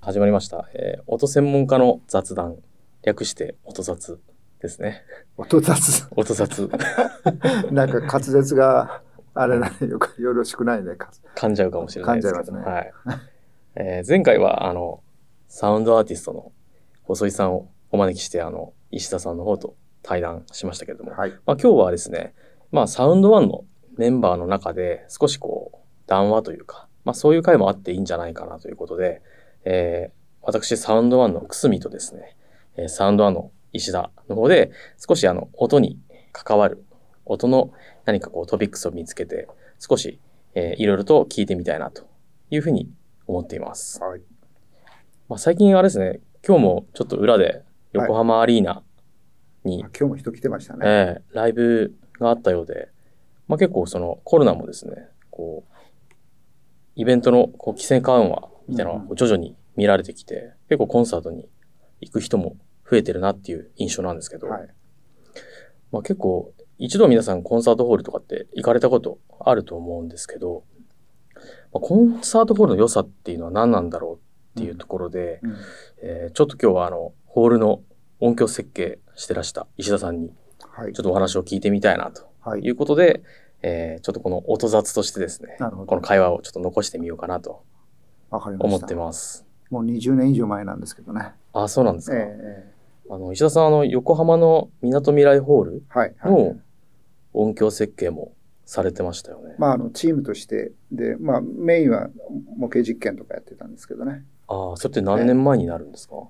始まりました。音専門家の雑談、略して音雑ですね。 音雑。 音雑。 なんか滑舌があれな、よろしくないね。 噛んじゃうかもしれな噛いですけど、 んじゃいますね。 はい。前回は、サウンドアーティストの細井さんをお招きして、石田さんの方と対談しましたけれども、 はい。 今日はですね、サウンドワンのメンバーの中で少し談話というか、そういう回もあっていいんじゃないかなということで、私、サウンドワンの久住とですね、サウンドワンの石田の方で、少し音に関わる、音の何かトピックスを見つけて、少し、いろいろと聞いてみたいなというふうに思っています。 はい。 最近あれですね、今日もちょっと裏ではい。 横浜アリーナに、 今日も人来てましたね。 ライブがあったようで、結構そのコロナもですね、イベントの規制緩和みたいなのが徐々に見られてきて、結構コンサートに行く人も増えてるなっていう印象なんですけど、 はい。 結構一度皆さんコンサートホールとかって行かれたことあると思うんですけど、コンサートホールの良さっていうのは何なんだろうっていうところで、ちょっと今日はホールの音響設計してらした石田さんにはい。 ちょっとお話を聞いてみたいなとはい。 いうことで、ちょっとこの音雑としてですね、 なるほど。 この会話をちょっと残してみようかなとわかりま思ってした。 ます。 もう20年以上前なんですけどね。 あ、そうなんですか。 え石田さん、横浜のみなとみらいホールはい。はい。 の音響設計もされてましたよね。 チームとして、で、メインは模型実験とかやってたんですけどね。 ああ、それって何年前になるんですか？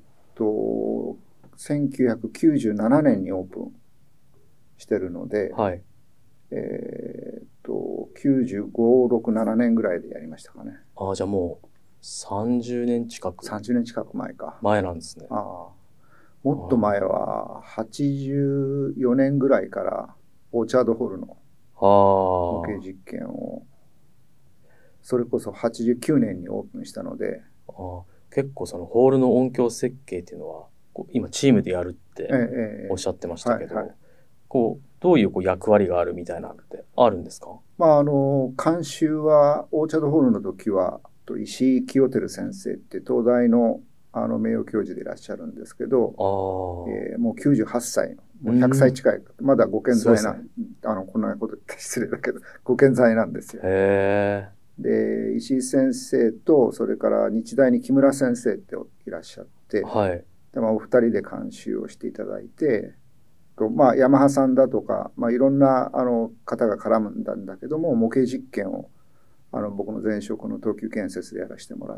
1997年にオープンしてるので、 はい。 95、6、7年ぐらいでやりましたかね。 ああ、じゃあもう30年近く 30年近く前か。 前なんですね。 ああ、もっと前は84年ぐらいからオーチャードホールの模型あ実験を、それこそ89年にオープンしたので、 あ、結構そのホールの音響設計っていうのは、今チームでやるっておっしゃってましたけど、 はいはい。 どういう役割があるみたいなのってあるんですか？ 監修はオーチャードホールの時は石井清照先生って東大の名誉教授でいらっしゃるんですけど、もう98歳、もう100歳近い、まだご健在な、こんなこと言って失礼だけど、ご健在なんですよ。 へで、石井先生と、それから日大に木村先生っていらっしゃって、 はい。 でお二人で監修をしていただいて、ヤマハさんだとか、いろんな方が絡むんだけども、模型実験を僕の前職の東急建設でやらせてもらって、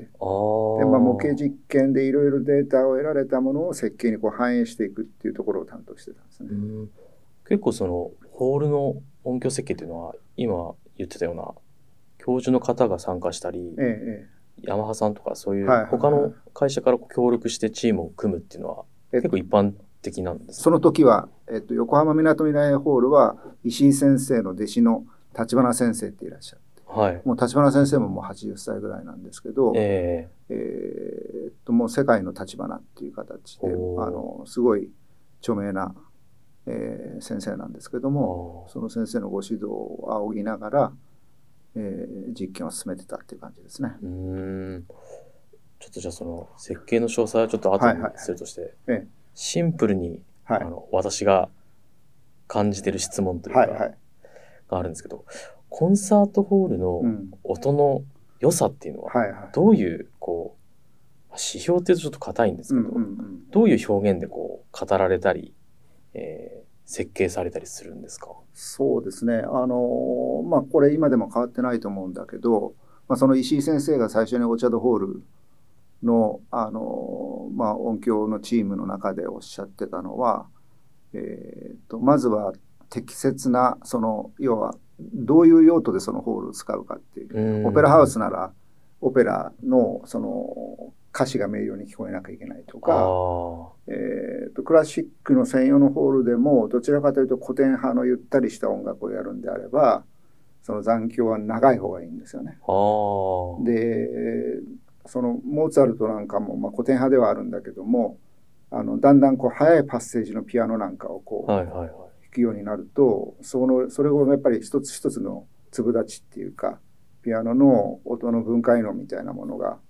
で模型実験でいろいろデータを得られたものを設計に反映していくっていうところを担当してたんですね。 結構そのホールの音響設計っていうのは今言ってたような教授の方が参加したり、ヤマハさんとかそういう他の会社から協力してチームを組むっていうのは結構一般的なんですか？ その時は、横浜みなとみらいホールは石井先生の弟子の立花先生っていらっしゃって、 はい、 もう立花先生ももう80歳ぐらいなんですけど、もう世界の立花っていう形ですごい著名な、先生なんですけども、その先生のご指導を仰ぎながら、実験を進めてたっていう感じですね。 ちょっとじゃあその設計の詳細はちょっと後にするとして、シンプルに、私が感じてる質問というか、があるんですけど、コンサートホールの音の良さっていうのは、どういう指標っていうとちょっと硬いんですけど、どういう表現で語られたり、設計されたりするんですか？ そうですね。これ今でも変わってないと思うんだけど、その石井先生が最初にオーチャードホールの、音響のチームの中でおっしゃってたのは、まずは適切な、要は、どういう用途でそのホールを使うかっていう。オペラハウスなら、オペラの歌詞が明瞭に聞こえなきゃいけないとか、クラシックの専用のホールでも、どちらかというと古典派のゆったりした音楽をやるんであれば、その残響は長い方がいいんですよね。で、そのモーツァルトなんかも、古典派ではあるんだけども、だんだん速いパッセージのピアノなんかを弾くようになると、それをやっぱり一つ一つの粒立ちっていうか、ピアノの音の分解能みたいなものが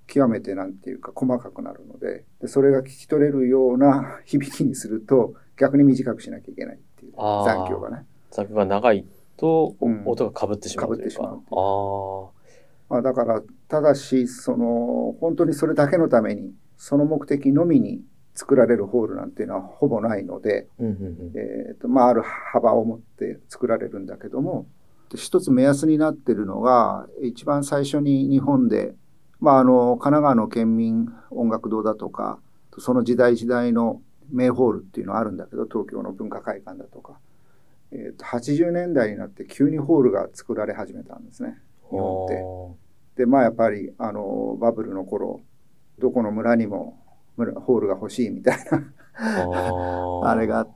極めてなんていうか細かくなるので、それが聞き取れるような響きにすると逆に短くしなきゃいけないっていう残響がね。 残響が長いと音が被ってしまうというか。被ってしまう。だからただし本当にそれだけのためにその目的のみに作られるホールなんていうのはほぼないので、ある幅を持って作られるんだけども、一つ目安になっているのが一番最初に日本で神奈川の県民音楽堂だとか、その時代時代の名ホールっていうのがあるんだけど、東京の文化会館だとか、80年代になって急にホールが作られ始めたんですね、日本って。で、やっぱりバブルの頃、どこの村にもホールが欲しいみたいなあれがあって、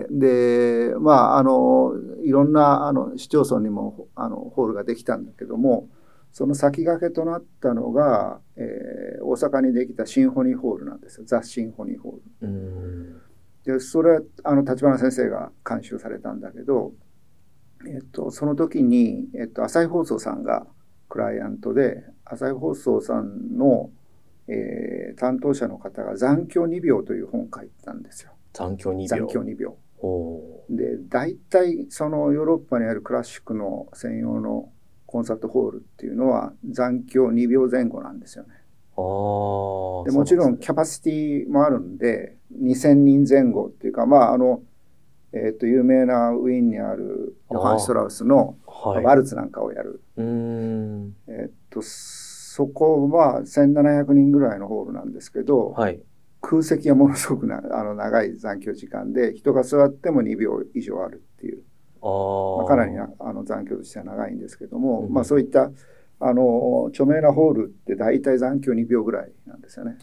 で、いろんな市町村にもホールができたんだけども、その先駆けとなったのが、大阪にできたシンフォニーホールなんですよ。ザ・シンフォニーホール。で、それは立花先生が監修されたんだけど、その時に、朝日放送さんがクライアントで、朝日放送さんの、担当者の方が残響2秒という本を書いたんですよ。 残響2秒。 残響2秒。で、大体そのヨーロッパにあるクラシックの専用のコンサートホールっていうのは残響2秒前後なんですよね。でもちろんキャパシティもあるんで2000人前後っていうか、有名なウィーンにあるヨハン・シュトラウスのワルツなんかをやる。そこは1700人ぐらいのホールなんですけど、空席はものすごく長い残響時間で、人が座っても2秒以上あるっていう。かなり残響としては長いんですけども、そういった著名なホールって大体残響2秒ぐらいなんですよね。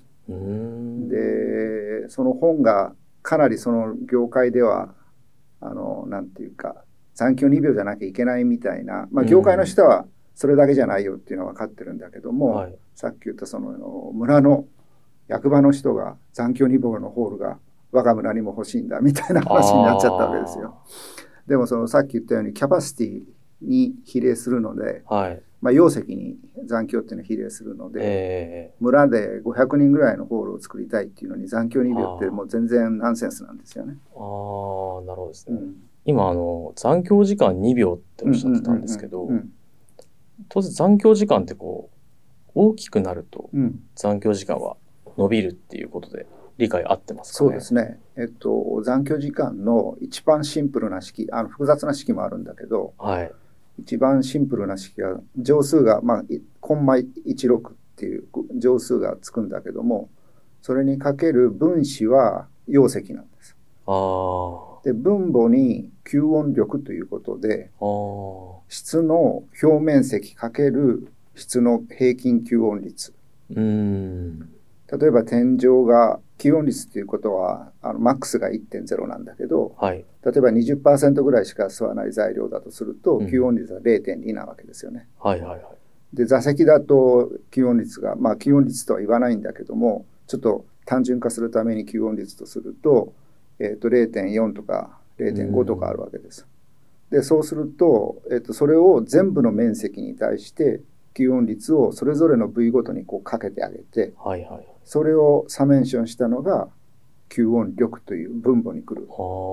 で、その本がかなりその業界ではなんていうか残響2秒じゃなきゃいけないみたいな、業界の人はそれだけじゃないよっていうのは分かってるんだけども、さっき言ったその村の役場の人が残響2秒のホールが我が村にも欲しいんだみたいな話になっちゃったわけですよ。でもさっき言ったようにキャパシティに比例するので、容積に残響っていうのは比例するので、村で500人ぐらいのホールを作りたいっていうのに残響2秒ってもう全然ナンセンスなんですよね。 なるほどですね。今残響時間2秒っておっしゃってたんですけど、当然残響時間って大きくなると残響時間は伸びるっていうことで理解合ってますかね。 そうですね。残響時間の一番シンプルな式、複雑な式もあるんだけど、一番シンプルな式が乗数がコンマ16っていう乗数がつくんだけども、それにかける分子は容積なんです。で、分母に吸音力ということで、質の表面積かける質の平均吸音率。例えば天井が吸音率ということはマックスが 1.0 なんだけど、例えば 20% ぐらいしか吸わない材料だとすると、吸音率は 0.2 なわけですよね。で、座席だと吸音率が吸音率とは言わないんだけども、ちょっと単純化するために吸音率とすると、0.4 とか 0.5 とかあるわけです。で、そうすると、それを全部の面積に対して吸音率をそれぞれの部位ごとにかけてあげて、それをサメンションしたのが吸音力という分母に来る。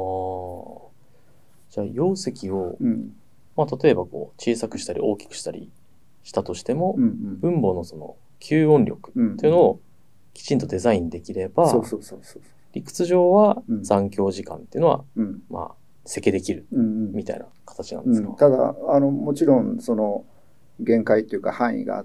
じゃあ容積を、例えば小さくしたり大きくしたりしたとしても、分母のその吸音力っていうのをきちんとデザインできれば、理屈上は残響時間っていうのは、設計できるみたいな形なんですか。 ただもちろんその限界というか範囲があって、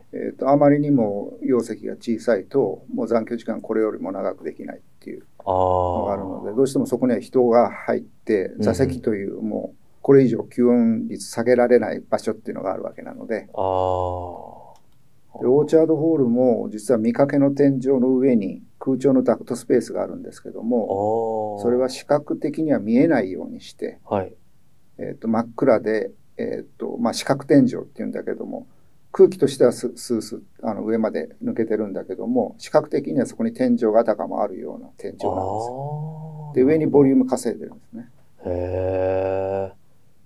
あまりにも容積が小さいともう残響時間これよりも長くできないっていうのがあるので、どうしてもそこには人が入って座席というもうこれ以上吸音率下げられない場所っていうのがあるわけなので、オーチャードホールも実は見かけの天井の上に空調のダクトスペースがあるんですけども、それは視覚的には見えないようにして、真っ暗で四角天井っていうんだけども、空気としてはスースー上まで抜けてるんだけども、視覚的にはそこに天井があたかもあるような天井なんですよ。で、上にボリューム稼いでるんですね。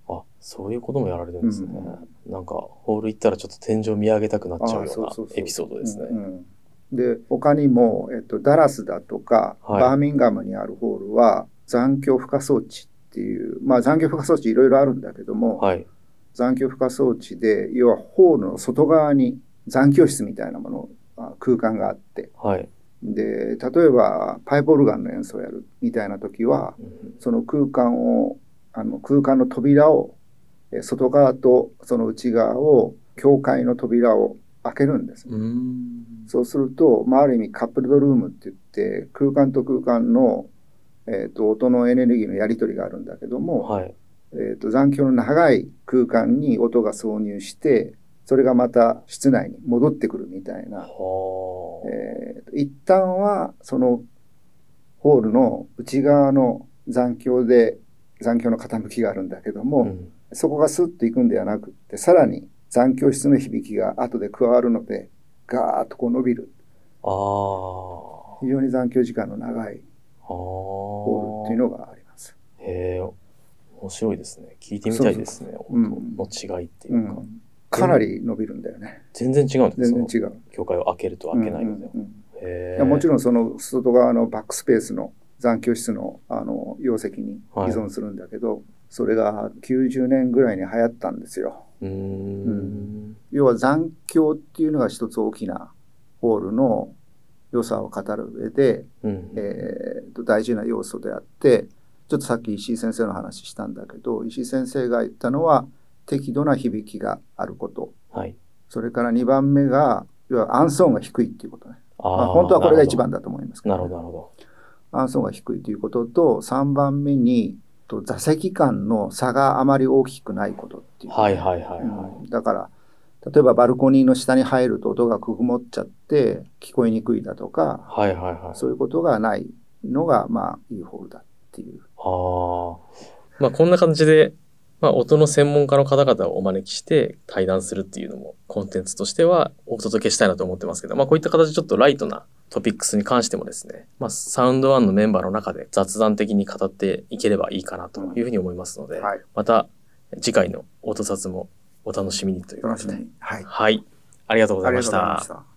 そういうこともやられるんですね。なんかホール行ったらちょっと天井見上げたくなっちゃうようなエピソードですね。 で他にも、ダラスだとか、バーミンガムにあるホールは残響負荷装置っていう、まあ残響負荷装置いろいろあるんだけども、残響負荷装置で要はホールの外側に残響室みたいなもの空間があって、で例えばパイプオルガンの演奏をやるみたいな時は、その空間の扉を外側とその内側を教会の扉を開けるんです。そうすると、ある意味カップルドルームって言って空間と空間の、音のエネルギーのやり取りがあるんだけども、残響の長い空間に音が挿入してそれがまた室内に戻ってくるみたいな、一旦はそのホールの内側の残響の傾きがあるんだけども、そこがスッといくんではなくってさらに残響室の響きが後で加わるのでガーッとこう伸びる。非常に残響時間の長いホールっていうのがあります。 面白いですね。聞いてみたいですね。音の違いっていうか、 かなり伸びるんだよね。 全然違うんですか？ 全然違う。 教会を開けると開けないので。 もちろんその外側のバックスペースの残響室の容積に依存するんだけど、それが90年ぐらいに流行ったんですよ。要は残響っていうのが一つ大きなホールの良さを語る上で、大事な要素であって、ちょっとさっき石井先生の話したんだけど、石井先生が言ったのは適度な響きがあること、それから2番目が要はアンソーンが低いっていうことね。本当はこれが一番だと思いますけど、アンソーンが低いということと、3番目に座席間の差があまり大きくないことっていう。だから例えばバルコニーの下に入ると音がくぐもっちゃって聞こえにくいだとか、そういうことがないのがいいホールだっていう。 こんな感じで、音の専門家の方々をお招きして対談するっていうのもコンテンツとしてはお届けしたいなと思ってますけど、こういった形でちょっとライトなトピックスに関してもですね、サウンドワンのメンバーの中で雑談的に語っていければいいかなというふうに思いますので、また次回の音雑もお楽しみにということで。ありがとうございました。